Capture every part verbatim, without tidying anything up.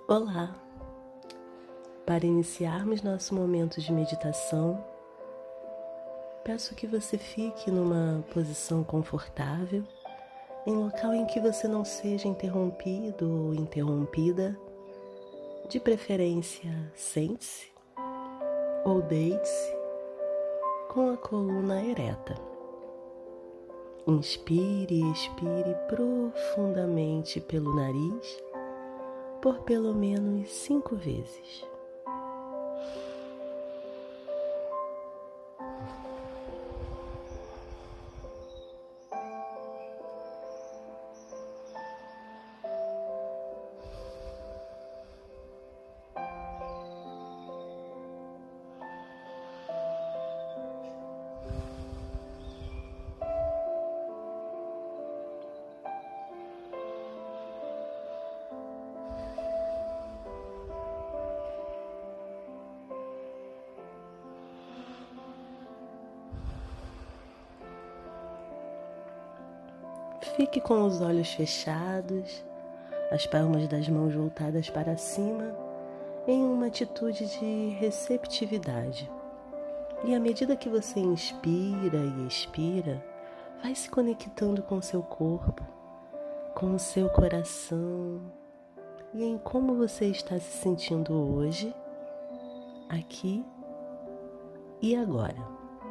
Olá! Para iniciarmos nosso momento de meditação, peço que você fique numa posição confortável, em local em que você não seja interrompido ou interrompida. De preferência, sente-se ou deite-se com a coluna ereta. Inspire e expire profundamente pelo nariz por pelo menos cinco vezes. Fique com os olhos fechados, as palmas das mãos voltadas para cima, em uma atitude de receptividade. E à medida que você inspira e expira, vai se conectando com o seu corpo, com o seu coração e em como você está se sentindo hoje, aqui e agora.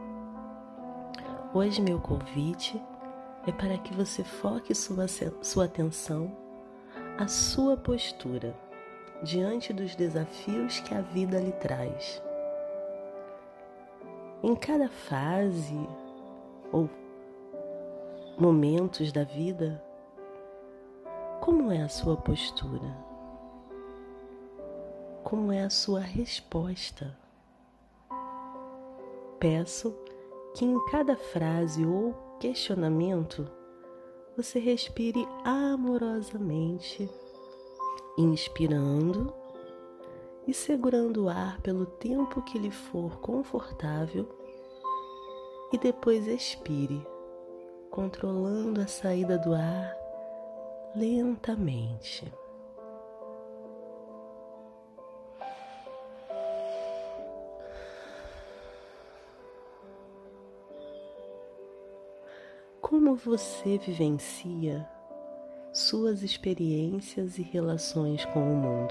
Hoje meu convite é para que você foque sua, sua atenção à sua postura diante dos desafios que a vida lhe traz. Em cada fase ou momentos da vida, como é a sua postura? Como é a sua resposta? Peço que em cada frase ou questionamento você respire amorosamente, inspirando e segurando o ar pelo tempo que lhe for confortável e depois expire, controlando a saída do ar lentamente. Como você vivencia suas experiências e relações com o mundo?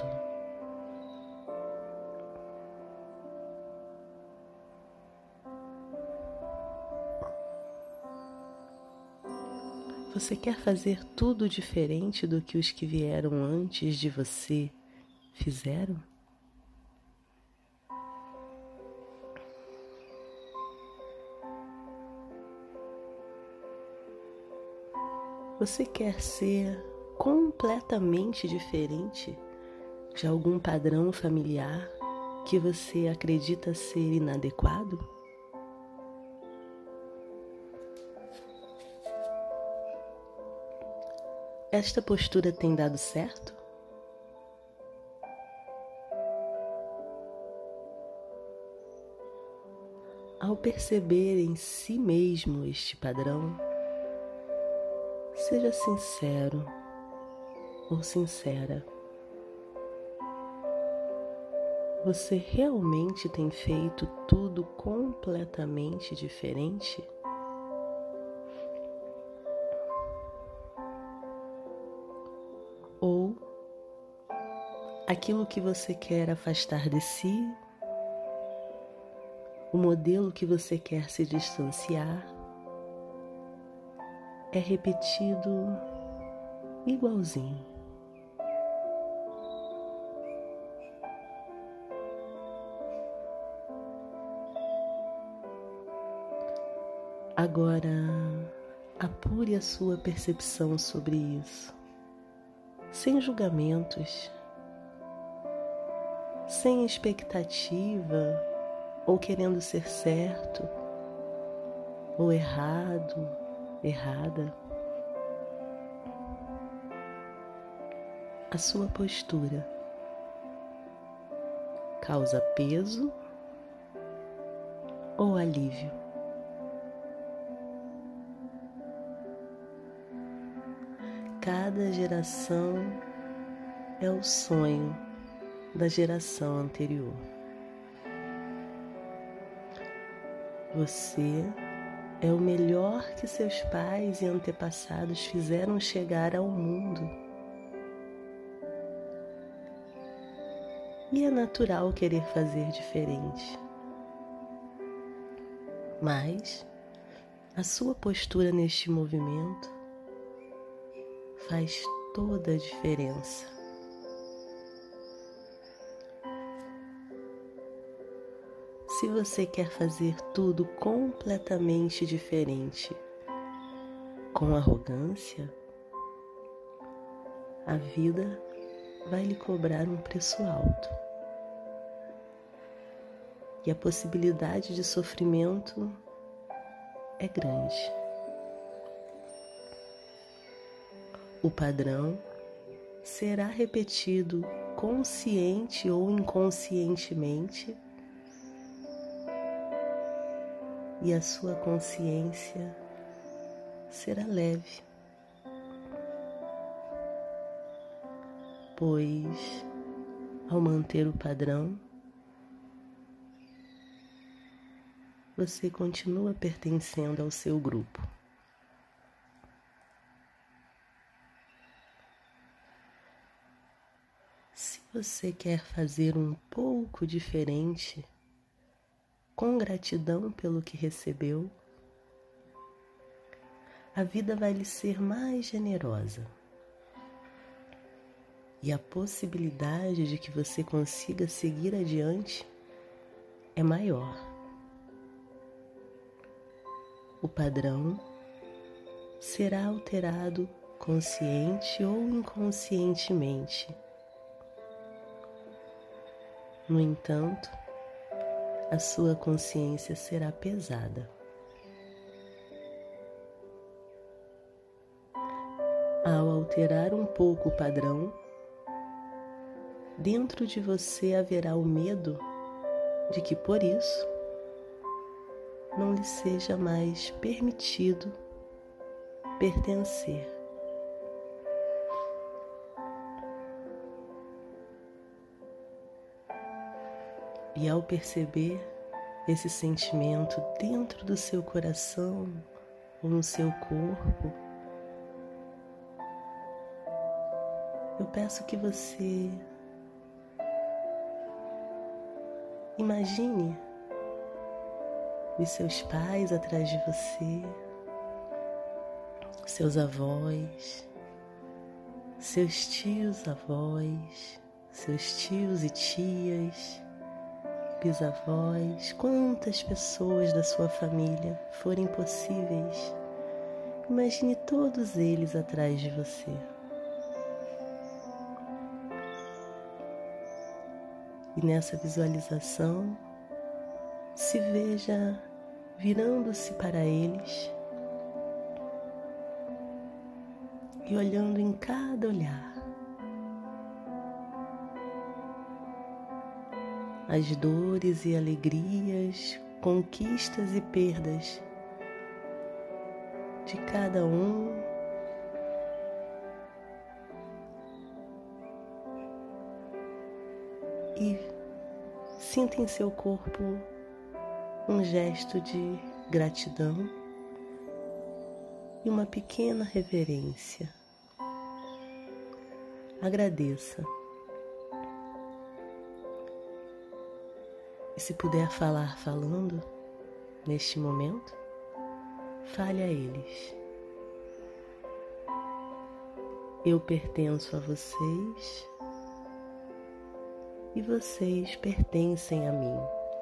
Você quer fazer tudo diferente do que os que vieram antes de você fizeram? Você quer ser completamente diferente de algum padrão familiar que você acredita ser inadequado? Esta postura tem dado certo? Ao perceber em si mesmo este padrão, seja sincero ou sincera. Você realmente tem feito tudo completamente diferente? Ou aquilo que você quer afastar de si, o modelo que você quer se distanciar, é repetido igualzinho. Agora, apure a sua percepção sobre isso, sem julgamentos, sem expectativa ou querendo ser certo ou errado, errada. A sua postura causa peso ou alívio? Cada geração é o sonho da geração anterior. Você é o melhor que seus pais e antepassados fizeram chegar ao mundo. E é natural querer fazer diferente. Mas a sua postura neste movimento faz toda a diferença. Se você quer fazer tudo completamente diferente, com arrogância, a vida vai lhe cobrar um preço alto. E a possibilidade de sofrimento é grande. O padrão será repetido consciente ou inconscientemente, e a sua consciência será leve, pois, ao manter o padrão, você continua pertencendo ao seu grupo. Se você quer fazer um pouco diferente, com gratidão pelo que recebeu, a vida vai lhe ser mais generosa. E a possibilidade de que você consiga seguir adiante é maior. O padrão será alterado consciente ou inconscientemente. No entanto, a sua consciência será pesada. Ao alterar um pouco o padrão, dentro de você haverá o medo de que por isso não lhe seja mais permitido pertencer. E ao perceber esse sentimento dentro do seu coração ou no seu corpo, eu peço que você imagine os seus pais atrás de você, seus avós, seus tios avós, seus tios e tias, bisavós, quantas pessoas da sua família forem possíveis. Imagine todos eles atrás de você. E nessa visualização, se veja virando-se para eles e olhando em cada olhar as dores e alegrias, conquistas e perdas de cada um, e sinta em seu corpo um gesto de gratidão e uma pequena reverência. Agradeça. E se puder falar falando, neste momento, fale a eles. Eu pertenço a vocês e vocês pertencem a mim.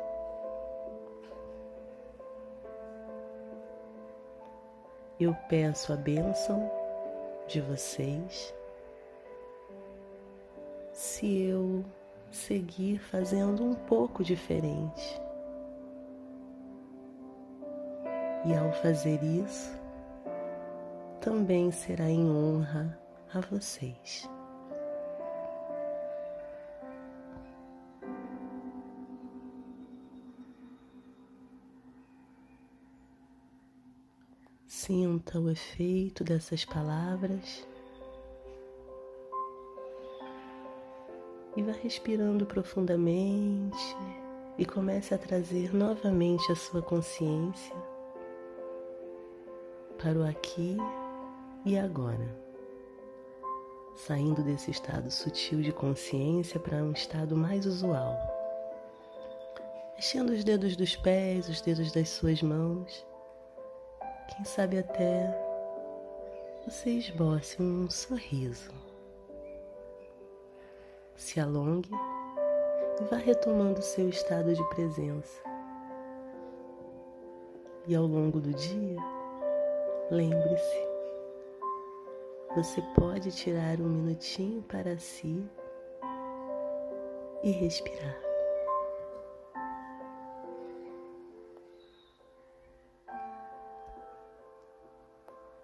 Eu peço a bênção de vocês se eu seguir fazendo um pouco diferente. E ao fazer isso, também será em honra a vocês. Sinta o efeito dessas palavras E vá respirando profundamente e comece a trazer novamente a sua consciência para o aqui e agora, saindo desse estado sutil de consciência para um estado mais usual, mexendo os dedos dos pés, os dedos das suas mãos, quem sabe até você esboce um sorriso. Se alongue e vá retomando seu estado de presença. E ao longo do dia, lembre-se, você pode tirar um minutinho para si e respirar.